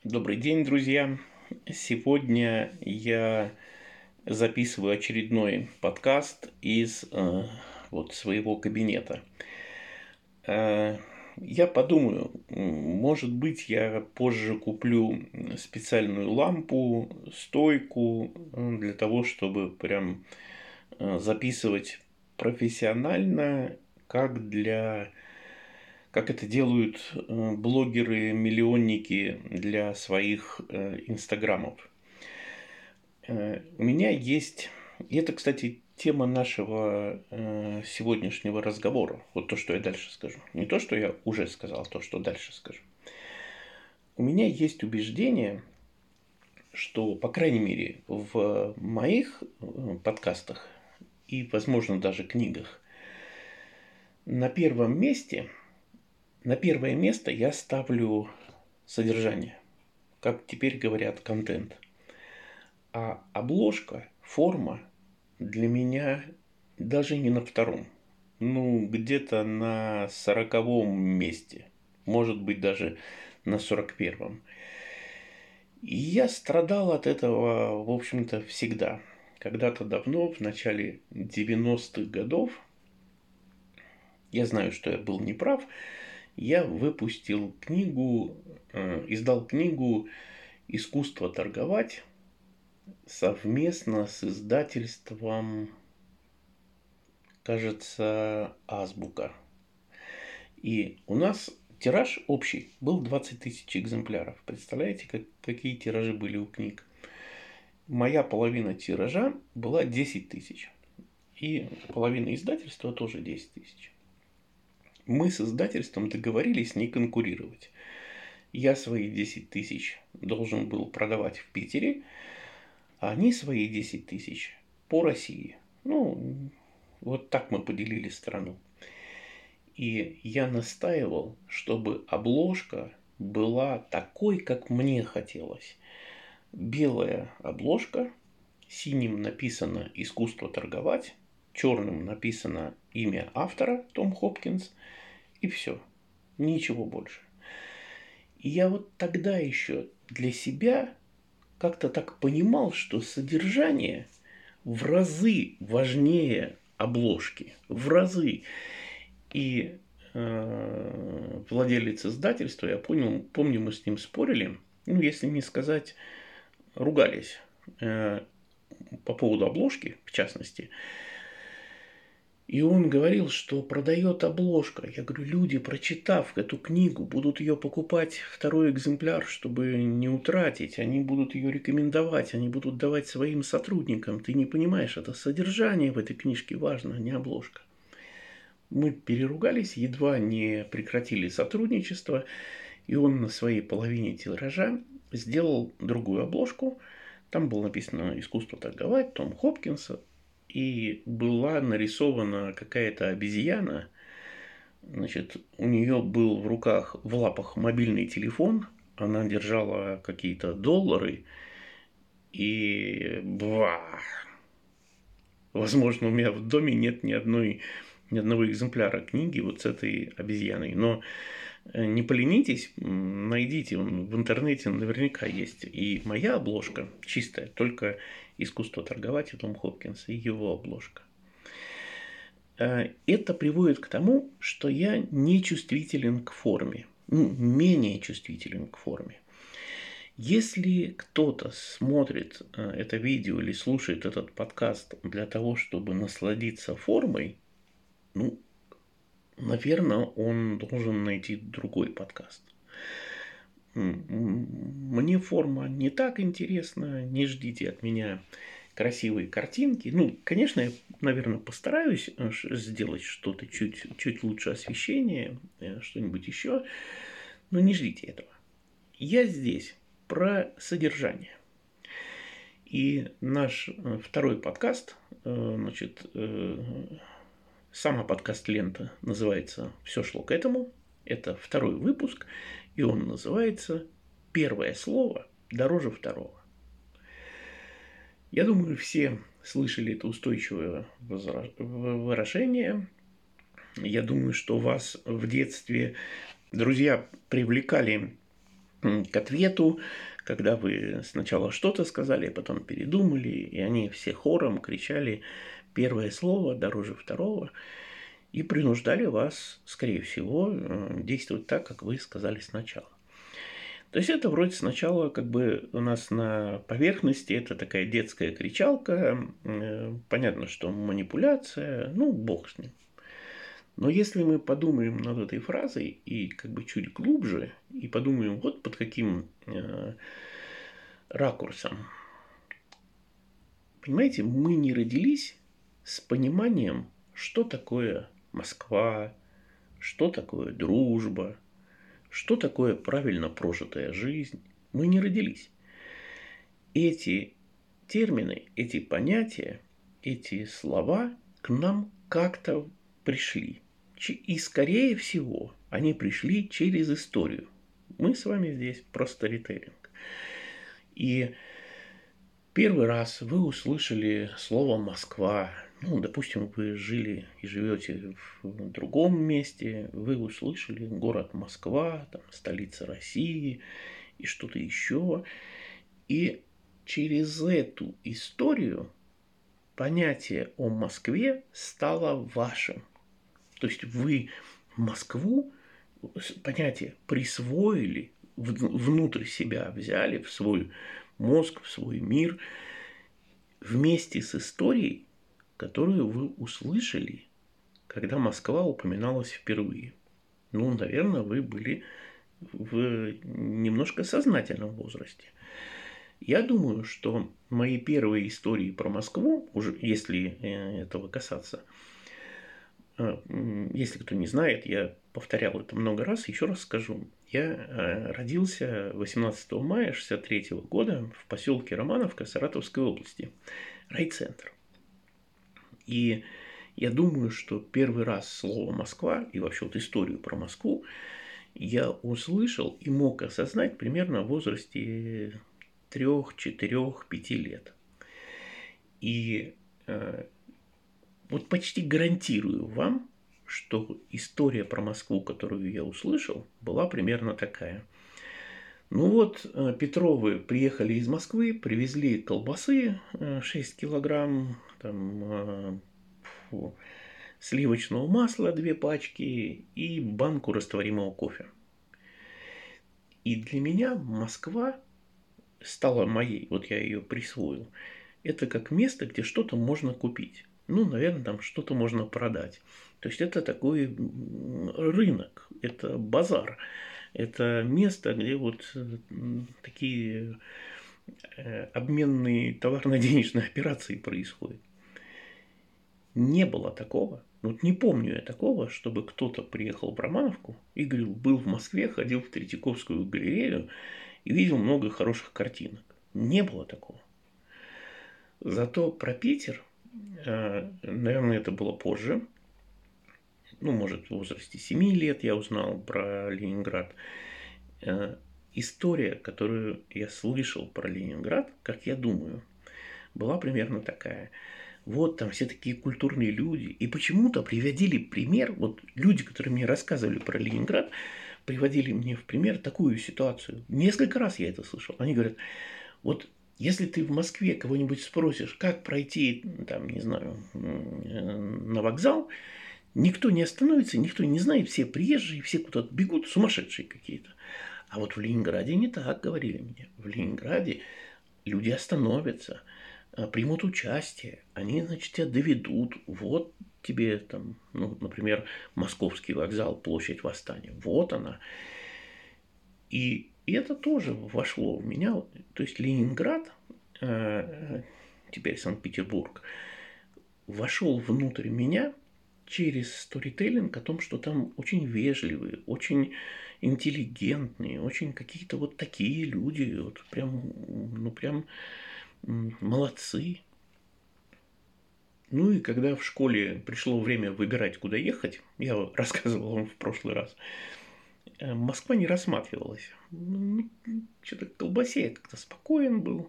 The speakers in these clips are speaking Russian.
Добрый день, друзья! Сегодня я записываю очередной подкаст из своего кабинета. Э, Я подумаю, может быть, я позже куплю специальную лампу, стойку для того, чтобы прям записывать профессионально, как это делают блогеры-миллионники для своих инстаграмов. У меня есть, и это, кстати, тема нашего сегодняшнего разговора. Вот то, что я дальше скажу. Не то, что я уже сказал, а то, что дальше скажу. У меня есть убеждение, что, по крайней мере, в моих подкастах и, возможно, даже книгах, на первом месте, на первое место я ставлю содержание, как теперь говорят, контент. А обложка, форма для меня даже не на втором. Ну, где-то на 40-м месте. Может быть, даже на 41-м. И я страдал от этого, в общем-то, всегда. Когда-то давно, в начале 90-х годов, я знаю, что я был неправ, я выпустил книгу, издал книгу «Искусство торговать» совместно с издательством, кажется, Азбука. И у нас тираж общий был 20 тысяч экземпляров. Представляете, какие тиражи были у книг? Моя половина тиража была 10 тысяч. И половина издательства тоже 10 тысяч. Мы с издательством договорились не конкурировать. Я свои 10 тысяч должен был продавать в Питере, а они свои 10 тысяч по России. Ну, вот так мы поделили страну. И я настаивал, чтобы обложка была такой, как мне хотелось. Белая обложка, синим написано «Искусство торговать», черным написано имя автора Том Хопкинс, и все. Ничего больше. И я вот тогда еще для себя как-то так понимал, что содержание в разы важнее обложки. В разы. И владелец издательства, я помню, мы с ним спорили, ну, если не сказать, ругались по поводу обложки, в частности. И он говорил, что продает обложка. Я говорю, люди, прочитав эту книгу, будут ее покупать второй экземпляр, чтобы не утратить. Они будут ее рекомендовать, они будут давать своим сотрудникам. Ты не понимаешь, это содержание в этой книжке важно, а не обложка. Мы переругались, едва не прекратили сотрудничество, и он на своей половине тиража сделал другую обложку. Там было написано «Искусство торговать», Том Хопкинса, и была нарисована какая-то обезьяна. Значит, у нее был в руках, в лапах мобильный телефон, она держала какие-то доллары, и возможно, у меня в доме нет ни одного экземпляра книги вот с этой обезьяной. Но не поленитесь, найдите, он в интернете наверняка есть. И моя обложка чистая, только «Искусство торговать» и Том Хопкинс, и его обложка. Это приводит к тому, что я не чувствителен к форме, менее чувствителен к форме. Если кто-то смотрит это видео или слушает этот подкаст для того, чтобы насладиться формой, ну, наверное, он должен найти другой подкаст. Мне форма не так интересна, не ждите от меня красивые картинки. Ну, конечно, я, наверное, постараюсь сделать что-то чуть лучше освещение, что-нибудь еще, но не ждите этого. Я здесь про содержание. И наш второй подкаст, значит, сама подкаст-лента называется «Все шло к этому». Это второй выпуск, и он называется «Первое слово дороже второго». Я думаю, все слышали это устойчивое выражение. Я думаю, что вас в детстве друзья привлекали к ответу, когда вы сначала что-то сказали, а потом передумали, и они все хором кричали первое слово дороже второго и принуждали вас, скорее всего, действовать так, как вы сказали сначала. То есть это вроде сначала как бы у нас на поверхности, это такая детская кричалка, понятно, что манипуляция, ну, бог с ним. Но если мы подумаем над этой фразой и как бы чуть глубже, и подумаем вот под каким ракурсом, понимаете, мы не родились с пониманием, что такое Москва, что такое дружба, что такое правильно прожитая жизнь. Мы не родились. Эти термины, эти понятия, эти слова к нам как-то пришли. И, скорее всего, они пришли через историю. Мы с вами здесь про сторителлинг. И первый раз вы услышали слово «Москва». Ну, допустим, вы жили и живете в другом месте, вы услышали город Москва, там, столица России и что-то еще. И через эту историю понятие о Москве стало вашим. То есть вы Москву, понятие присвоили, внутрь себя взяли, в свой мозг, в свой мир, вместе с историей, которую вы услышали, когда Москва упоминалась впервые. Ну, наверное, вы были в немножко сознательном возрасте. Я думаю, что мои первые истории про Москву, уже если этого касаться, если кто не знает, я повторял это много раз, еще раз скажу. Я родился 18 мая 1963 года в поселке Романовка Саратовской области, райцентр. И я думаю, что первый раз слово «Москва» и вообще вот историю про Москву я услышал и мог осознать примерно в возрасте 3, 4, 5 лет. И вот почти гарантирую вам, что история про Москву, которую я услышал, была примерно такая. Ну вот, Петровы приехали из Москвы, привезли колбасы 6 килограмм, там, сливочного масла 2 пачки и банку растворимого кофе. И для меня Москва стала моей, вот я ее присвоил. Это как место, где что-то можно купить. Ну, наверное, там что-то можно продать. То есть это такой рынок, это базар. Это место, где вот такие обменные товарно-денежные операции происходят. Не было такого. Вот не помню я такого, чтобы кто-то приехал в Романовку и говорил, был в Москве, ходил в Третьяковскую галерею и видел много хороших картинок. Не было такого. Зато про Питер, наверное, это было позже. Ну, может, в возрасте 7 лет я узнал про Ленинград. История, которую я слышал про Ленинград, как я думаю, была примерно такая. Вот там все такие культурные люди. И почему-то приводили пример, вот люди, которые мне рассказывали про Ленинград, приводили мне в пример такую ситуацию. Несколько раз я это слышал. Они говорят, вот если ты в Москве кого-нибудь спросишь, как пройти, там, не знаю, на вокзал, никто не остановится, никто не знает, все приезжие, все куда-то бегут, сумасшедшие какие-то. А вот в Ленинграде не так, говорили мне. В Ленинграде люди остановятся, примут участие, они, значит, тебя доведут. Вот тебе там, ну, например, Московский вокзал, площадь Восстания. Вот она. И это тоже вошло в меня. То есть Ленинград, теперь Санкт-Петербург, вошел внутрь меня через сторителлинг о том, что там очень вежливые, очень интеллигентные, очень какие-то вот такие люди, вот прям, ну прям молодцы. Ну и когда в школе пришло время выбирать, куда ехать, я рассказывал вам в прошлый раз, Москва не рассматривалась. Что-то к колбасе я как-то спокоен был.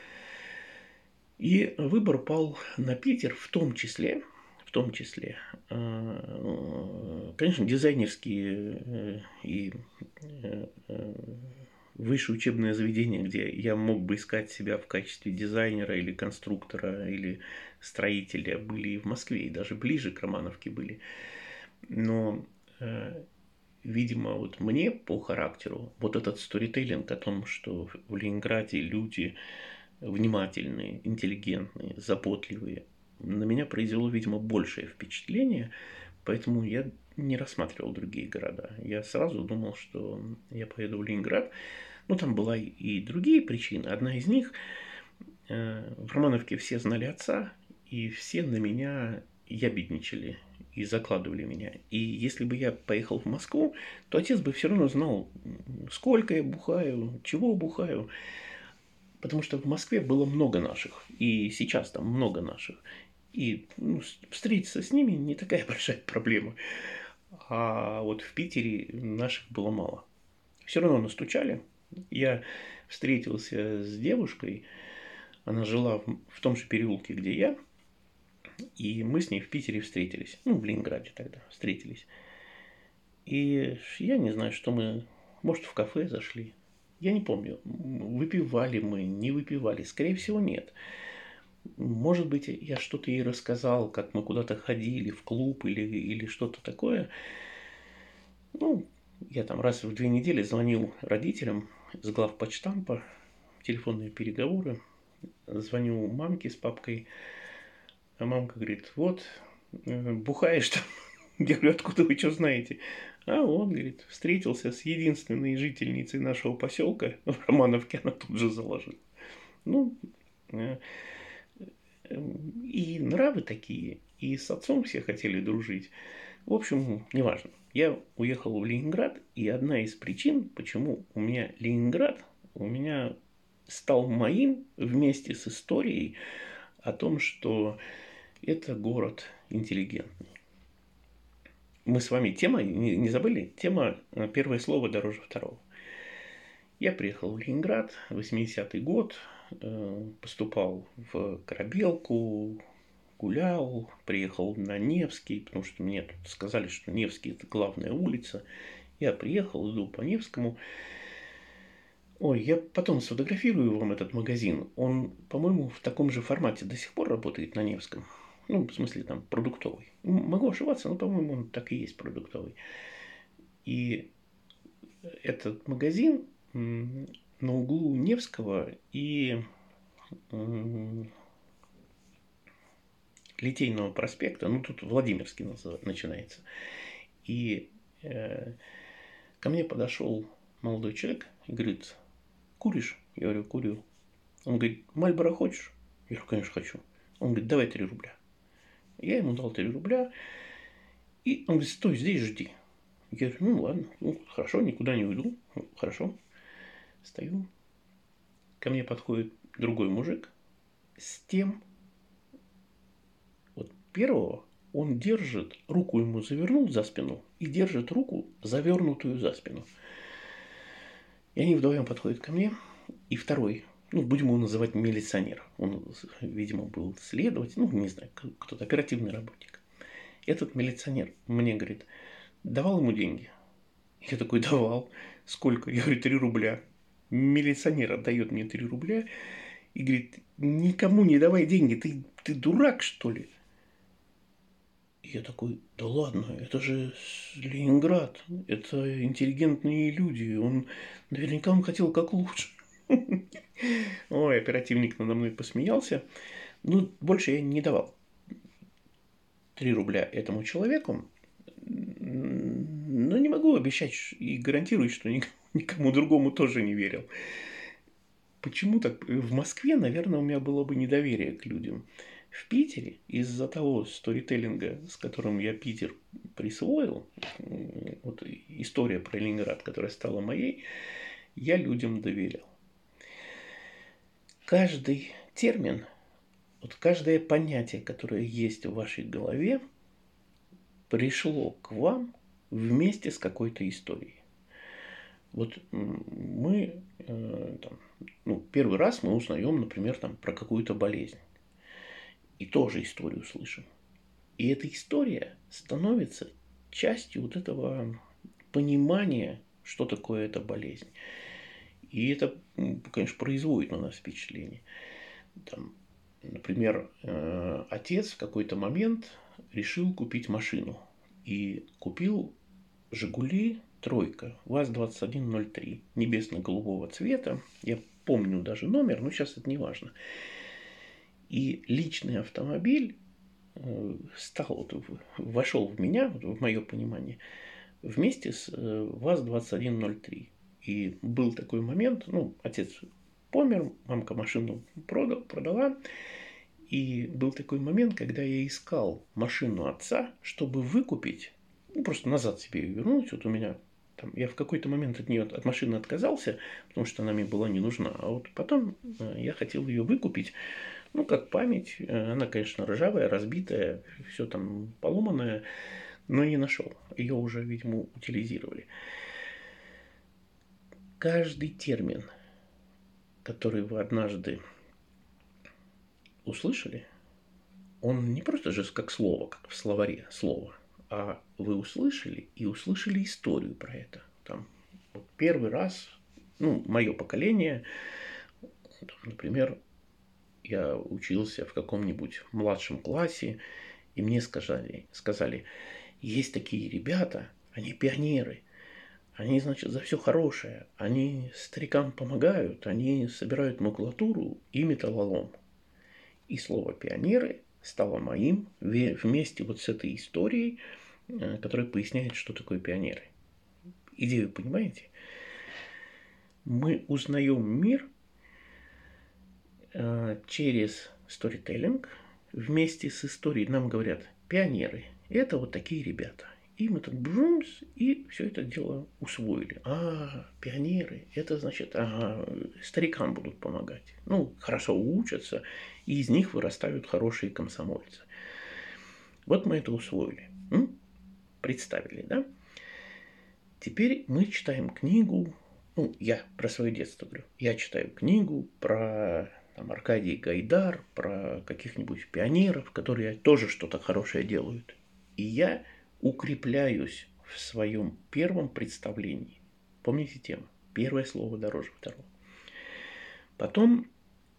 И выбор пал на Питер, в том числе, конечно, дизайнерские и высшее учебное заведение, где я мог бы искать себя в качестве дизайнера или конструктора или строителя, были и в Москве, и даже ближе к Романовке были. Но, видимо, вот мне по характеру вот этот сторителлинг о том, что в Ленинграде люди внимательные, интеллигентные, заботливые, на меня произвело, видимо, большее впечатление, поэтому я не рассматривал другие города. Я сразу думал, что я поеду в Ленинград. Ну, там была и другие причины. Одна из них, в Романовке все знали отца, и все на меня ябедничали и закладывали меня. И если бы я поехал в Москву, то отец бы все равно знал, сколько я бухаю, чего бухаю. Потому что в Москве было много наших, и сейчас там много наших. И встретиться с ними не такая большая проблема. А вот в Питере наших было мало. Все равно настучали. Я встретился с девушкой, она жила в том же переулке, где я, и мы с ней в Питере встретились. Ну, в Ленинграде тогда встретились. И я не знаю, что мы, может, в кафе зашли. Я не помню, выпивали мы, не выпивали. Скорее всего, нет. Может быть, я что-то ей рассказал, как мы куда-то ходили, в клуб или что-то такое. Ну, я там раз в 2 недели звонил родителям с главпочтампа, телефонные переговоры. Звоню мамке с папкой, а мамка говорит, вот, бухаешь там. Я говорю, откуда вы что знаете? А он, говорит, встретился с единственной жительницей нашего поселка в Романовке, она тут же заложила. Ну, и нравы такие, и с отцом все хотели дружить. В общем, неважно. Я уехал в Ленинград, и одна из причин, почему у меня Ленинград, у меня стал моим вместе с историей о том, что это город интеллигентный. Мы с вами, тема, не забыли? Тема «Первое слово дороже второго». Я приехал в Ленинград, 80-й год, поступал в Корабелку, гулял, приехал на Невский, потому что мне тут сказали, что Невский – это главная улица. Я приехал, иду по Невскому. Ой, я потом сфотографирую вам этот магазин. Он, по-моему, в таком же формате до сих пор работает на Невском. Ну, в смысле, там, продуктовый. Могу ошибаться, но, по-моему, он так и есть продуктовый. И этот магазин на углу Невского и Литейного проспекта, ну, тут Владимирский начинается. И ко мне подошел молодой человек и говорит, куришь? Я говорю, курю. Он говорит, Мальборо хочешь? Я говорю, конечно, хочу. Он говорит, давай 3 рубля. Я ему дал 3 рубля. И он говорит, стой, здесь жди. Я говорю, ну ладно, ну хорошо, никуда не уйду. Ну, хорошо. Стою. Ко мне подходит другой мужик с тем, вот первого, он держит, руку ему завернул за спину и держит руку, завернутую за спину. И они вдвоем подходят ко мне. И второй, ну, будем его называть милиционер. Он, видимо, был следователь, ну, не знаю, кто-то, оперативный работник. Этот милиционер мне говорит, давал ему деньги? Я такой, давал. Сколько? Я говорю, 3 рубля. Милиционер отдает мне 3 рубля и говорит, никому не давай деньги, ты дурак, что ли? И я такой, да ладно, это же Ленинград, это интеллигентные люди, наверняка он хотел как лучше. Ой, оперативник надо мной посмеялся. Ну, больше я не давал 3 рубля этому человеку. Но не могу обещать и гарантировать, что никому другому тоже не верил. Почему так? В Москве, наверное, у меня было бы недоверие к людям. В Питере из-за того сторителлинга, с которым я Питер присвоил, вот история про Ленинград, которая стала моей, я людям доверял. Каждый термин, вот каждое понятие, которое есть в вашей голове, пришло к вам вместе с какой-то историей. Вот мы, первый раз мы узнаем, например, про какую-то болезнь. И тоже историю слышим. И эта история становится частью вот этого понимания, что такое эта болезнь. И это, конечно, производит на нас впечатление. Там, например, отец в какой-то момент решил купить машину. И купил «Жигули» тройка, ВАЗ-2103, небесно-голубого цвета. Я помню даже номер, но сейчас это не важно. И личный автомобиль вошел в меня, в мое понимание, вместе с ВАЗ-2103. И был такой момент, отец помер, мамка машину продала, и был такой момент, когда я искал машину отца, чтобы выкупить, просто назад себе ее вернуть. Вот у меня там, я в какой-то момент от машины отказался, потому что она мне была не нужна. А вот потом я хотел ее выкупить, как память. Она, конечно, ржавая, разбитая, все там поломанное, но не нашел. Ее уже, видимо, утилизировали. Каждый термин, который вы однажды услышали, он не просто же как слово, как в словаре слово, а вы услышали и услышали историю про это. Там, вот первый раз, мое поколение, например, я учился в каком-нибудь младшем классе, и мне сказали, есть такие ребята, они пионеры, они, значит, за все хорошее, они старикам помогают, они собирают макулатуру и металлолом. И слово «пионеры» стало моим вместе вот с этой историей, которая поясняет, что такое пионеры. Идею понимаете? Мы узнаем мир через сторителлинг. Вместе с историей нам говорят пионеры. Это вот такие ребята. И мы так брумс, и все это дело усвоили. Пионеры, это значит, старикам будут помогать. Хорошо учатся, и из них вырастают хорошие комсомольцы. Вот мы это усвоили. Представили, да? Теперь мы читаем книгу, я про свое детство говорю, я читаю книгу про Аркадий Гайдар, про каких-нибудь пионеров, которые тоже что-то хорошее делают. И я укрепляюсь в своем первом представлении. Помните тему? Первое слово дороже второго. Потом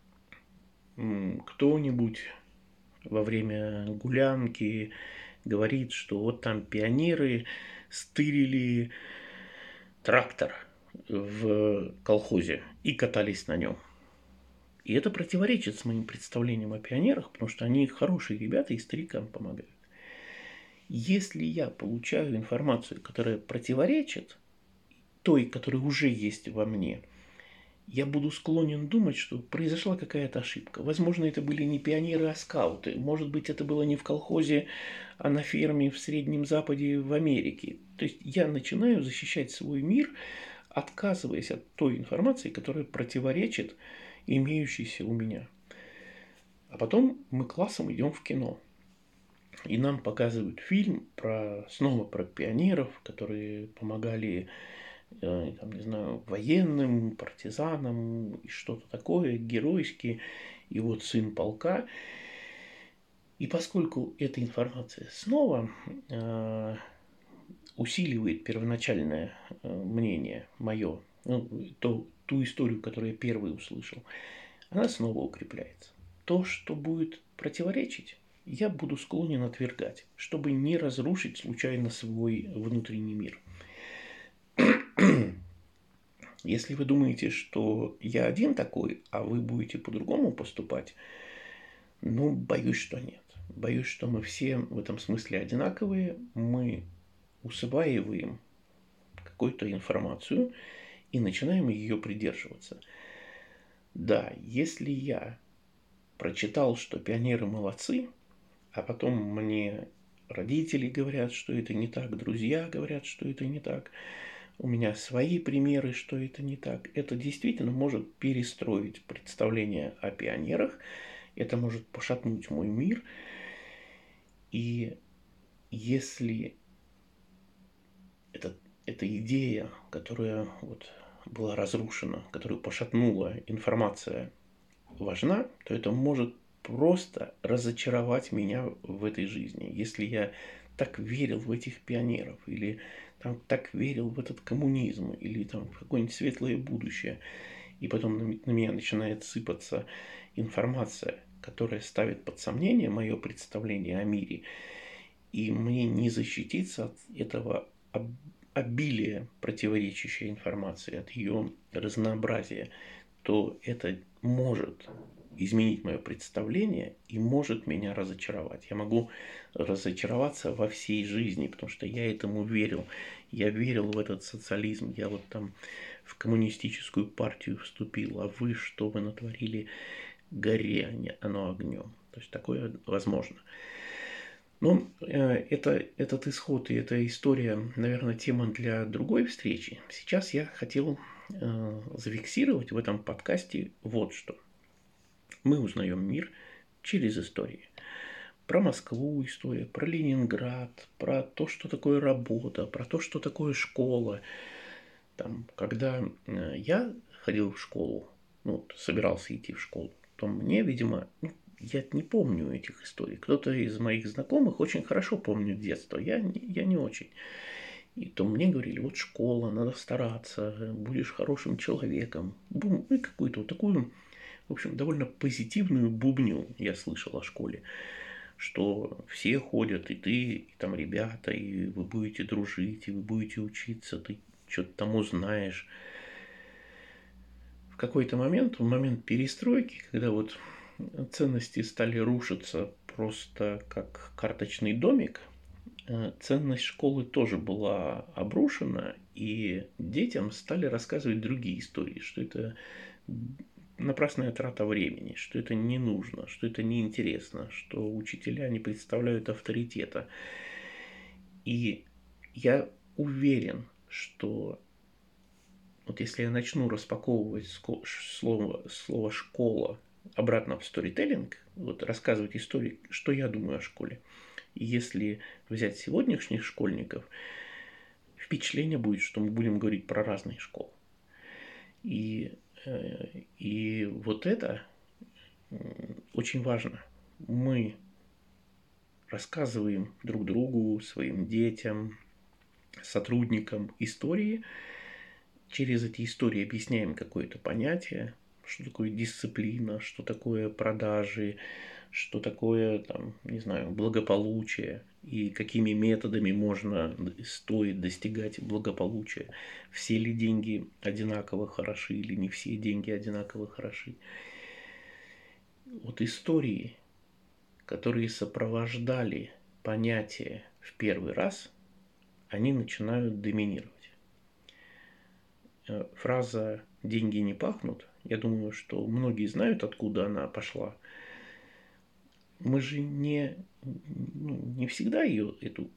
кто-нибудь во время гулянки говорит, что вот там пионеры стырили трактор в колхозе и катались на нем. И это противоречит с моим представлением о пионерах, потому что они хорошие ребята и старикам помогают. Если я получаю информацию, которая противоречит той, которая уже есть во мне, я буду склонен думать, что произошла какая-то ошибка. Возможно, это были не пионеры, а скауты. Может быть, это было не в колхозе, а на ферме в Среднем Западе в Америке. То есть я начинаю защищать свой мир, отказываясь от той информации, которая противоречит имеющейся у меня. А потом мы классом идем в кино. И нам показывают фильм снова про пионеров, которые помогали, военным, партизанам и что-то такое, геройски. И вот сын полка. И поскольку эта информация снова усиливает первоначальное мнение мое, ту историю, которую я первый услышал, она снова укрепляется. То, что будет противоречить, я буду склонен отвергать, чтобы не разрушить случайно свой внутренний мир. Если вы думаете, что я один такой, а вы будете по-другому поступать, боюсь, что нет. Боюсь, что мы все в этом смысле одинаковые. Мы усваиваем какую-то информацию и начинаем ее придерживаться. Да, если я прочитал, что пионеры молодцы, а потом мне родители говорят, что это не так, друзья говорят, что это не так, у меня свои примеры, что это не так. Это действительно может перестроить представление о пионерах, это может пошатнуть мой мир. И если эта идея, которая была разрушена, которую пошатнула информация, важна, то это может просто разочаровать меня в этой жизни. Если я так верил в этих пионеров или там так верил в этот коммунизм или там в какое-нибудь светлое будущее, и потом на меня начинает сыпаться информация, которая ставит под сомнение мое представление о мире, и мне не защититься от этого обилия противоречащей информации, от ее разнообразия, то это может изменить мое представление и может меня разочаровать. Я могу разочароваться во всей жизни, потому что я этому верил. Я верил в этот социализм. Я вот там в коммунистическую партию вступил. А вы что вы натворили? Горе оно огнем. То есть такое возможно. Ну, этот исход и эта история, наверное, тема для другой встречи. Сейчас я хотел зафиксировать в этом подкасте вот что. Мы узнаем мир через истории. Про Москву история, про Ленинград, про то, что такое работа, про то, что такое школа. Там, когда я ходил в школу, ну, собирался идти в школу, то мне, видимо, я не помню этих историй. Кто-то из моих знакомых очень хорошо помнит детство, я не очень. И то мне говорили, вот школа, надо стараться, будешь хорошим человеком. И какую-то вот такую, в общем, довольно позитивную бубню я слышал о школе. Что все ходят, и ты, и там ребята, и вы будете дружить, и вы будете учиться, ты что-то там узнаешь. В какой-то момент, в момент перестройки, когда вот ценности стали рушиться просто как карточный домик, ценность школы тоже была обрушена, и детям стали рассказывать другие истории, что это напрасная трата времени, что это не нужно, что это неинтересно, что учителя не представляют авторитета. И я уверен, что вот если я начну распаковывать слово «школа» обратно в сторителлинг, вот рассказывать истории, что я думаю о школе, и если взять сегодняшних школьников, впечатление будет, что мы будем говорить про разные школы. И вот это очень важно. Мы рассказываем друг другу, своим детям, сотрудникам истории. Через эти истории объясняем какое-то понятие, что такое дисциплина, что такое продажи, что такое, там, не знаю, благополучие и какими методами стоит достигать благополучия. Все ли деньги одинаково хороши или не все деньги одинаково хороши. Вот истории, которые сопровождали понятие в первый раз, они начинают доминировать. Фраза «деньги не пахнут», я думаю, что многие знают, откуда она пошла. Мы же не всегда эту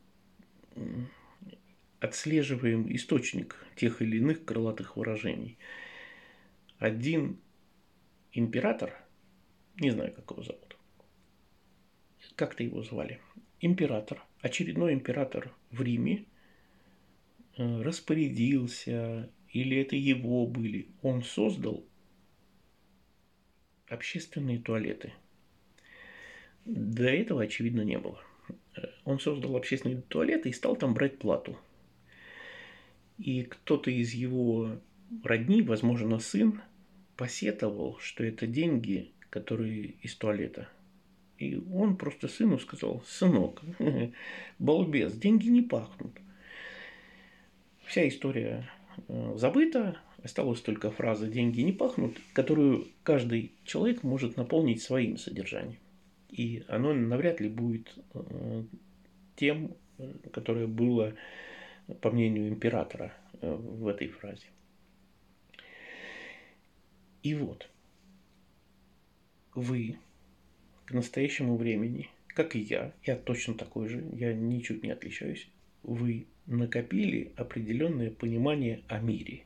отслеживаем источник тех или иных крылатых выражений. Один император, не знаю, как его зовут, как-то его звали, император, очередной император в Риме распорядился, или это его были, он создал общественные туалеты. До этого, очевидно, не было. Он создал общественные туалеты и стал там брать плату. И кто-то из его родни, возможно, сын, посетовал, что это деньги, которые из туалета. И он просто сыну сказал: сынок, балбес, деньги не пахнут. Вся история забыта, осталась только фраза «деньги не пахнут», которую каждый человек может наполнить своим содержанием. И оно навряд ли будет тем, которое было, по мнению императора, в этой фразе. И вот, вы к настоящему времени, как и я точно такой же, я ничуть не отличаюсь, вы накопили определенное понимание о мире.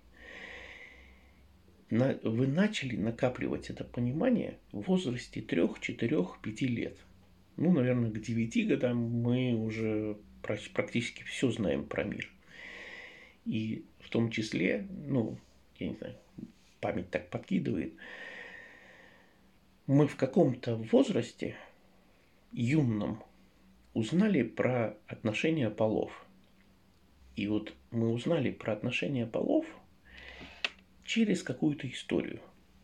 Вы начали накапливать это понимание в возрасте 3, 4, 5 лет. Ну, наверное, к 9 годам мы уже практически все знаем про мир. И в том числе, я не знаю, память так подкидывает, мы в каком-то возрасте юном узнали про отношения полов. И вот мы узнали про отношения полов через какую-то историю.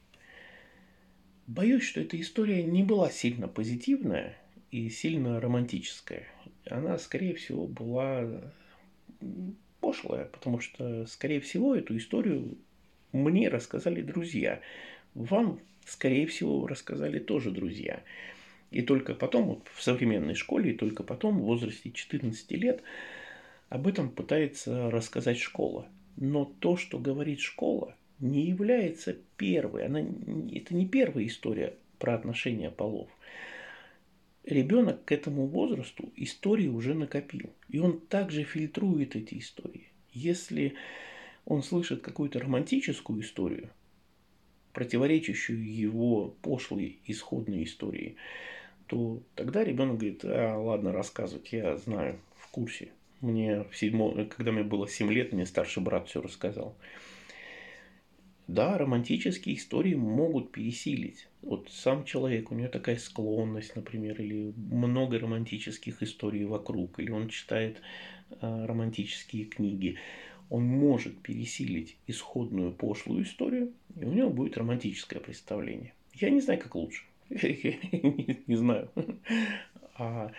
Боюсь, что эта история не была сильно позитивная и сильно романтическая. Она, скорее всего, была пошлая, потому что, скорее всего, эту историю мне рассказали друзья. Вам, скорее всего, рассказали тоже друзья. И только потом, вот в современной школе, и только потом, в возрасте 14 лет, об этом пытается рассказать школа. Но то, что говорит школа, не является первой. Это не первая история про отношения полов. Ребенок к этому возрасту истории уже накопил. И он также фильтрует эти истории. Если он слышит какую-то романтическую историю, противоречащую его пошлой исходной истории, то тогда ребенок говорит: а, ладно, рассказывать, я знаю, в курсе. Когда мне было 7 лет, мне старший брат все рассказал. Да, романтические истории могут пересилить. Вот сам человек, у него такая склонность, например, или много романтических историй вокруг, или он читает романтические книги. Он может пересилить исходную пошлую историю, и у него будет романтическое представление. Я не знаю, как лучше. Не знаю. А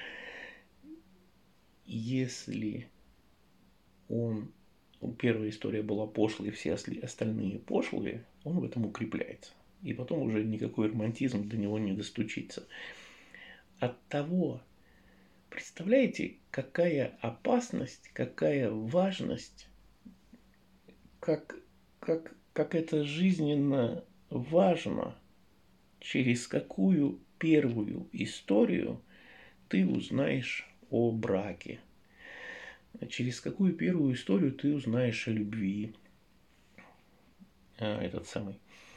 если первая история была пошлой, и все остальные пошлые, он в этом укрепляется. И потом уже никакой романтизм до него не достучится. От того, представляете, какая опасность, какая важность, как это жизненно важно, через какую первую историю ты узнаешь о браке, через какую первую историю ты узнаешь о любви. Этот самый,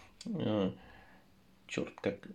черт, как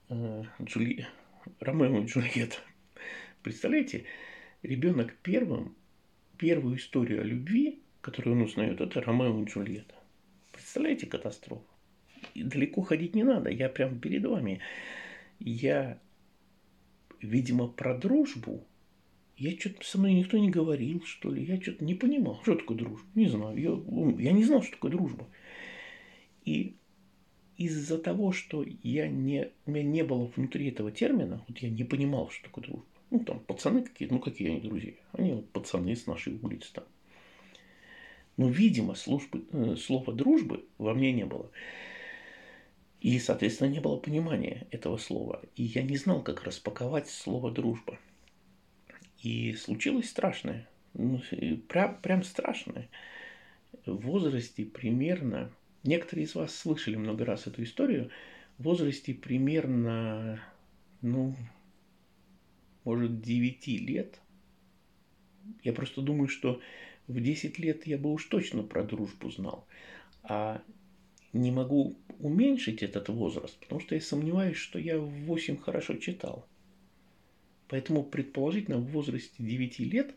Ромео и Джульетта. Представляете, ребенок первую историю о любви, которую он узнает, это Ромео и Джульетта. Представляете катастрофу? И далеко ходить не надо, я прям перед вами. Я, видимо, про дружбу. Что-то со мной никто не говорил, что ли. Я что-то не понимал, что такое дружба. Не знаю. Я не знал, что такое дружба. И из-за того, что у меня не было внутри этого термина, вот я не понимал, что такое дружба. Ну, там, пацаны какие-то, ну, какие они друзья? Они вот пацаны с нашей улицы там. Но, видимо, слова дружбы во мне не было. И, соответственно, не было понимания этого слова. И я не знал, как распаковать слово дружба. И случилось страшное. Ну, прям страшное. В возрасте примерно... Некоторые из вас слышали много раз эту историю. В возрасте примерно, ну, может, 9 лет. Я просто думаю, что в 10 лет я бы уж точно про дружбу знал. А не могу уменьшить этот возраст, потому что я сомневаюсь, что я в 8 хорошо читал. Поэтому, предположительно, в возрасте 9 лет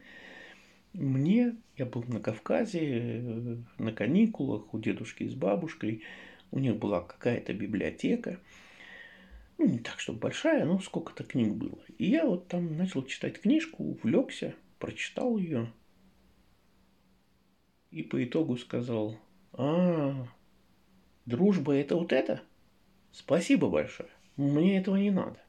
я был на Кавказе, на каникулах у дедушки с бабушкой, у них была какая-то библиотека, ну, не так, чтобы большая, но сколько-то книг было. И я вот там начал читать книжку, увлекся, прочитал ее, и по итогу сказал: дружба это вот это? Спасибо большое, мне этого не надо.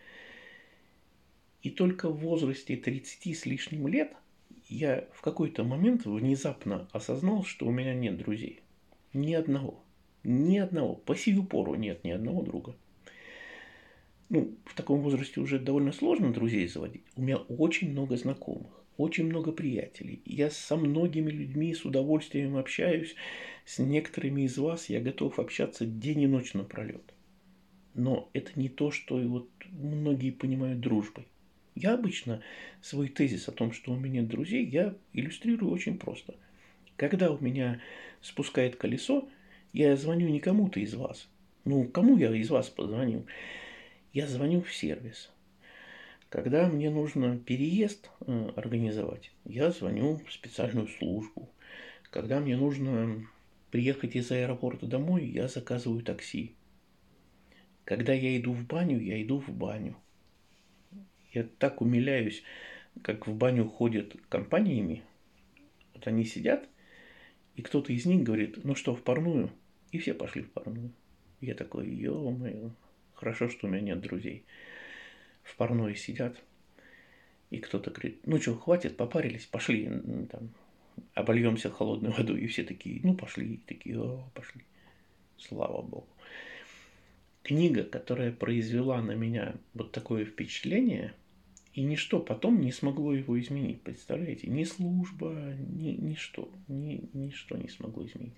И только в возрасте 30 с лишним лет я в какой-то момент внезапно осознал, что у меня нет друзей. Ни одного. Ни одного. По сию пору нет ни одного друга. Ну, в таком возрасте уже довольно сложно друзей заводить. У меня очень много знакомых, очень много приятелей. Я со многими людьми с удовольствием общаюсь. С некоторыми из вас я готов общаться день и ночь напролет. Но это не то, что и вот многие понимают дружбой. Я обычно свой тезис о том, что у меня нет друзей, я иллюстрирую очень просто. Когда у меня спускает колесо, я звоню не кому-то из вас. Ну, кому я из вас позвоню? Я звоню в сервис. Когда мне нужно переезд организовать, я звоню в специальную службу. Когда мне нужно приехать из аэропорта домой, я заказываю такси. Когда я иду в баню, я иду в баню. Я так умиляюсь, как в баню ходят компаниями. Вот они сидят, и кто-то из них говорит: ну что, в парную? И все пошли в парную. Я такой: ё-моё, хорошо, что у меня нет друзей. В парной сидят, и кто-то говорит: ну что, хватит, попарились, пошли, там, обольемся холодной водой. И все такие: ну пошли, и такие: о, пошли. Слава богу. Книга, которая произвела на меня вот такое впечатление, и ничто потом не смогло его изменить, представляете? Ни служба, ничто не смогло изменить.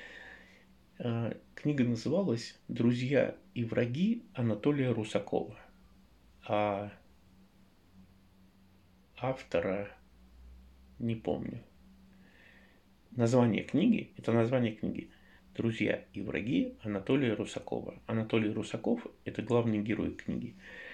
Книга называлась «Друзья и враги» Анатолия Русакова. А автора не помню. Название книги – это название книги «Друзья и враги» Анатолия Русакова. Анатолий Русаков – это главный герой книги.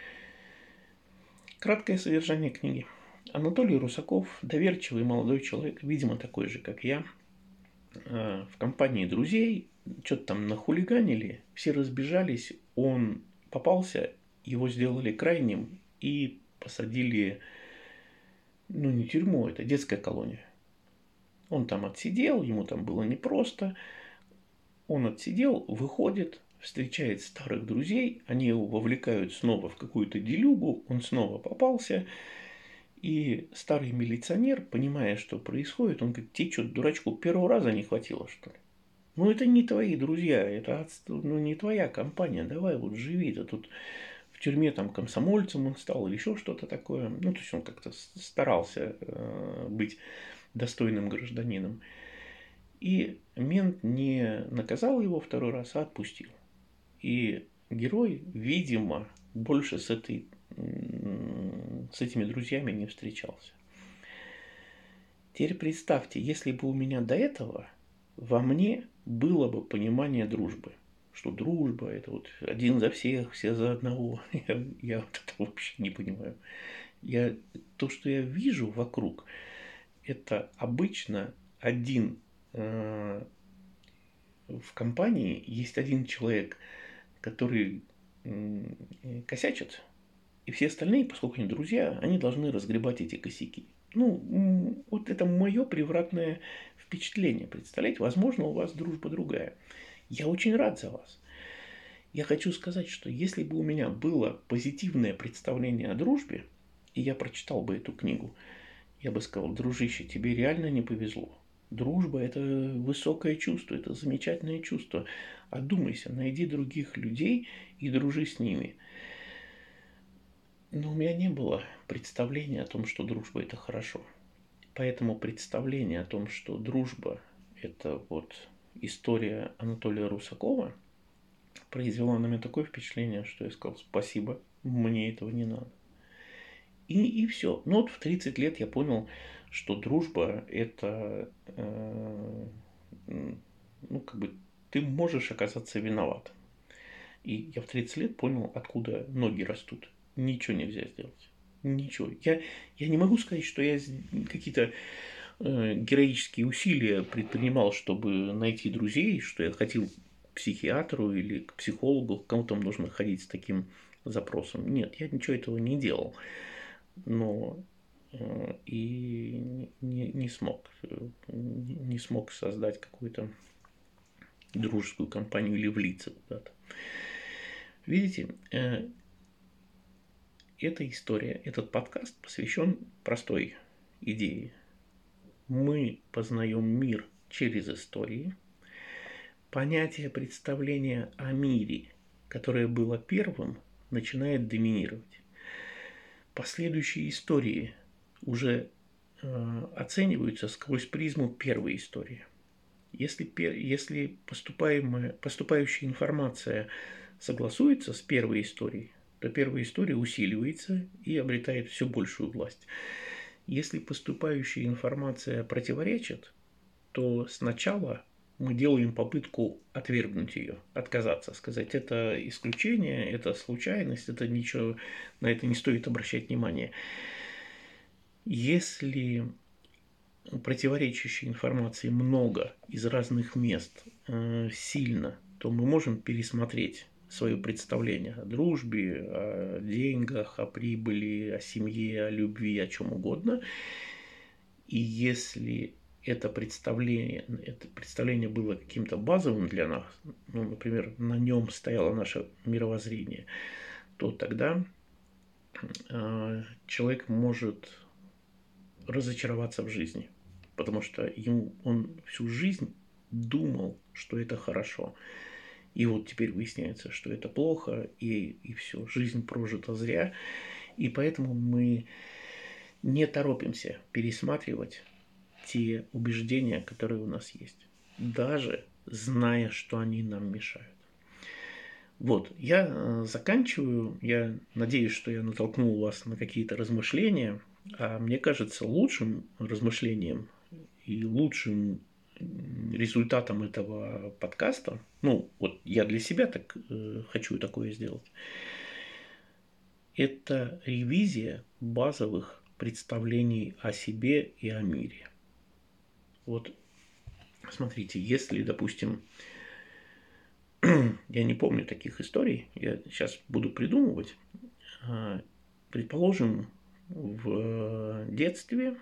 Краткое содержание книги. Анатолий Русаков – доверчивый молодой человек, видимо, такой же, как я, в компании друзей, что-то там нахулиганили, все разбежались, он попался, его сделали крайним и посадили, ну не тюрьму, это детская колония. Он там отсидел, ему там было непросто, он отсидел, выходит, встречает старых друзей, они его вовлекают снова в какую-то делюгу, он снова попался, и старый милиционер, понимая, что происходит, он говорит: тебе что, дурачку, первого раза не хватило, что ли? Ну, это не твои друзья, это не твоя компания, давай вот живи, ты тут в тюрьме там комсомольцем он стал или еще что-то такое. Ну, то есть он как-то старался быть достойным гражданином. И мент не наказал его второй раз, а отпустил. И герой, видимо, больше с этими друзьями не встречался. Теперь представьте, если бы у меня до этого во мне было бы понимание дружбы, что дружба – это вот один за всех, все за одного. Я вот это вообще не понимаю. То, что я вижу вокруг, это обычно в компании есть один человек, который косячит, и все остальные, поскольку они друзья, они должны разгребать эти косяки. Ну, вот это мое превратное впечатление. Представляете, возможно, у вас дружба другая. Я очень рад за вас. Я хочу сказать, что если бы у меня было позитивное представление о дружбе, и я прочитал бы эту книгу, я бы сказал: дружище, тебе реально не повезло. Дружба – это высокое чувство, это замечательное чувство. Одумайся, найди других людей и дружи с ними. Но у меня не было представления о том, что дружба – это хорошо. Поэтому представление о том, что дружба – это вот история Анатолия Русакова, произвела на меня такое впечатление, что я сказал: спасибо, мне этого не надо. И все. Но вот в 30 лет я понял, что дружба – это, ну, как бы, ты можешь оказаться виноват. И я в 30 лет понял, откуда ноги растут. Ничего нельзя сделать. Ничего. Я не могу сказать, что я какие-то героические усилия предпринимал, чтобы найти друзей, что я ходил к психиатру или к психологу, к кому там нужно ходить с таким запросом. Нет, я ничего этого не делал. Но и не смог создать какую-то дружескую компанию или влиться куда-то. Видите, эта история, этот подкаст посвящен простой идее. Мы познаем мир через истории. Понятие представления о мире, которое было первым, начинает доминировать. Последующие истории уже оцениваются сквозь призму первой истории. Если поступающая информация согласуется с первой историей, то первая история усиливается и обретает все большую власть. Если поступающая информация противоречит, то сначала мы делаем попытку отвергнуть ее, отказаться, сказать: это исключение, это случайность, это ничего, на это не стоит обращать внимание. Если противоречащей информации много из разных мест, сильно, то мы можем пересмотреть свое представление о дружбе, о деньгах, о прибыли, о семье, о любви, о чем угодно. И если это представление было каким-то базовым для нас, ну, например, на нем стояло наше мировоззрение, то тогда человек может разочароваться в жизни, потому что он всю жизнь думал, что это хорошо. И вот теперь выясняется, что это плохо, и все, жизнь прожита зря. И поэтому мы не торопимся пересматривать те убеждения, которые у нас есть, даже зная, что они нам мешают. Вот, я заканчиваю. Я надеюсь, что я натолкнул вас на какие-то размышления. А мне кажется, лучшим размышлением и лучшим результатом этого подкаста, ну, вот я для себя так хочу такое сделать, это ревизия базовых представлений о себе и о мире. Вот, смотрите, если, допустим, я не помню таких историй, я сейчас буду придумывать. Предположим, в детстве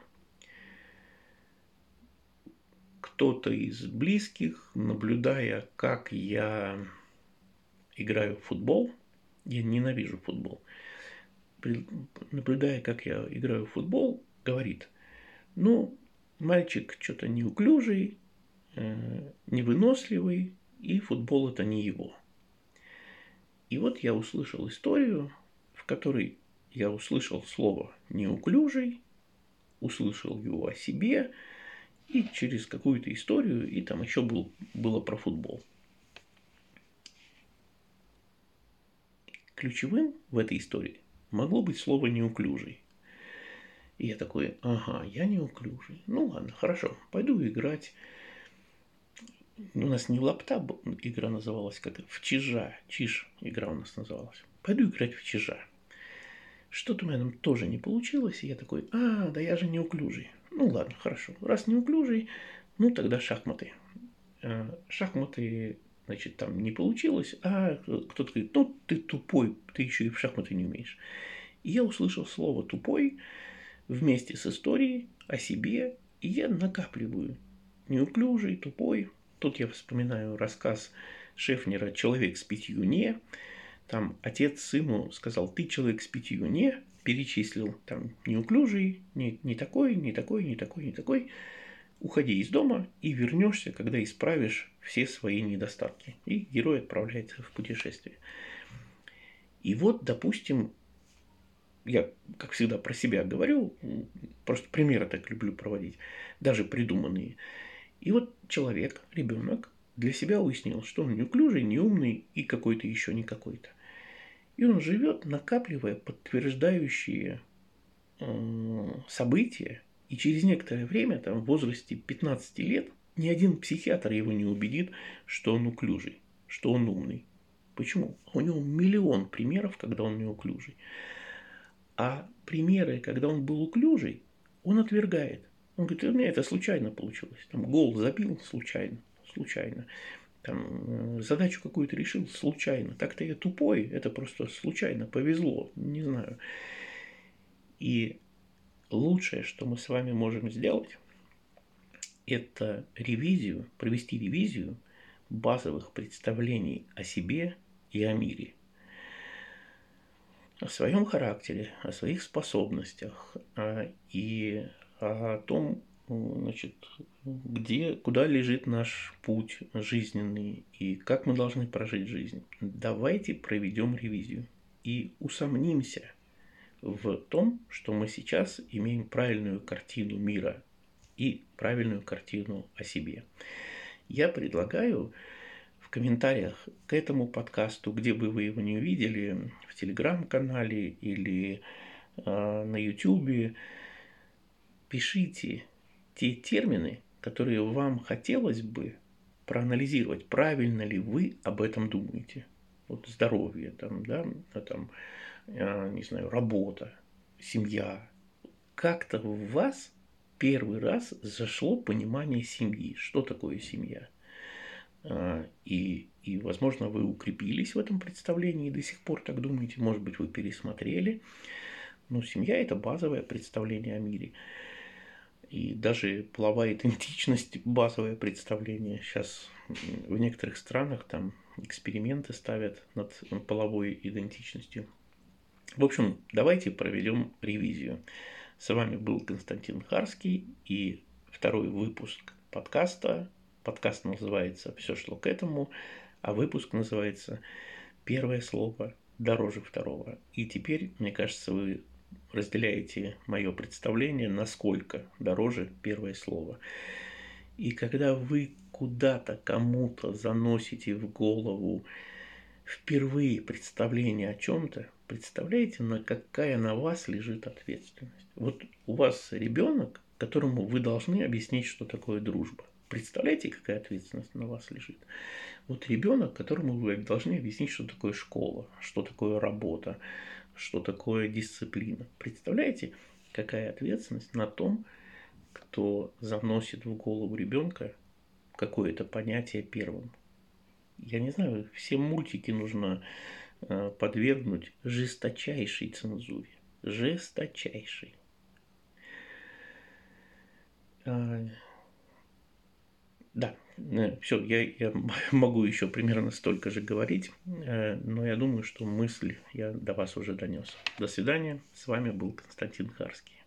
кто-то из близких, наблюдая, как я играю в футбол, я ненавижу футбол, наблюдая, как я играю в футбол, говорит: ну, мальчик что-то неуклюжий, невыносливый, и футбол это не его. И вот я услышал историю, в которой я услышал слово неуклюжий, услышал его о себе, и через какую-то историю, и там еще было про футбол. Ключевым в этой истории могло быть слово неуклюжий. И я такой: ага, я неуклюжий. Ну ладно, хорошо, пойду играть. У нас не лапта игра называлась, как в чижа. Чиж игра у нас называлась. Пойду играть в чижа. Что-то у меня там тоже не получилось, и я такой: да я же неуклюжий. Ну ладно, хорошо. Раз неуклюжий, ну тогда шахматы. Шахматы, значит, там не получилось, а кто-то говорит: ну ты тупой, ты еще и в шахматы не умеешь. И я услышал слово «тупой» вместе с историей о себе, и я накапливаю: неуклюжий, тупой. Тут я вспоминаю рассказ Шефнера «Человек с 5 «не». Там отец сыну сказал: ты человек с 5 «не», перечислил там неуклюжий, не такой, не такой, не такой, не такой. Уходи из дома и вернешься, когда исправишь все свои недостатки. И герой отправляется в путешествие. И вот, допустим, я, как всегда, про себя говорю, просто примеры так люблю проводить, даже придуманные. И вот человек, ребенок, для себя уяснил, что он неуклюжий, неумный и какой-то еще не какой-то. И он живет, накапливая подтверждающие события, и через некоторое время, там, в возрасте 15 лет, ни один психиатр его не убедит, что он уклюжий, что он умный. Почему? У него миллион примеров, когда он неуклюжий. А примеры, когда он был уклюжий, он отвергает. Он говорит: у меня это случайно получилось. Там гол забил случайно. Там задачу какую-то решил случайно. Так-то я тупой, это просто случайно повезло, не знаю. И лучшее, что мы с вами можем сделать, это провести ревизию базовых представлений о себе и о мире. О своем характере, о своих способностях и о том, значит, куда лежит наш путь жизненный и как мы должны прожить жизнь. Давайте проведем ревизию и усомнимся в том, что мы сейчас имеем правильную картину мира и правильную картину о себе. Я предлагаю в комментариях к этому подкасту, где бы вы его не увидели, в телеграм-канале или на ютубе, пишите те термины, которые вам хотелось бы проанализировать, правильно ли вы об этом думаете. Вот здоровье, там, да, там, не знаю, работа, семья. Как-то в вас первый раз зашло понимание семьи, что такое семья. И, возможно, вы укрепились в этом представлении и до сих пор так думаете, может быть, вы пересмотрели. Но семья – это базовое представление о мире. И даже половая идентичность, базовое представление. Сейчас в некоторых странах там эксперименты ставят над половой идентичностью. В общем, давайте проведем ревизию. С вами был Константин Харский и второй выпуск подкаста. Подкаст называется «Все шло к этому», а выпуск называется «Первое слово дороже второго». И теперь, мне кажется, вы разделяете мое представление, насколько дороже первое слово. И когда вы куда-то кому-то заносите в голову впервые представление о чем-то, представляете, какая на вас лежит ответственность. Вот у вас ребенок, которому вы должны объяснить, что такое дружба. Представляете, какая ответственность на вас лежит? Вот ребенок, которому вы должны объяснить, что такое школа, что такое работа, что такое дисциплина. Представляете, какая ответственность на том, кто заносит в голову ребенка какое-то понятие первым. Я не знаю, все мультики нужно подвергнуть жесточайшей цензуре. Жесточайшей. Да, все, я могу еще примерно столько же говорить, но я думаю, что мысль я до вас уже донес. До свидания. С вами был Константин Харский.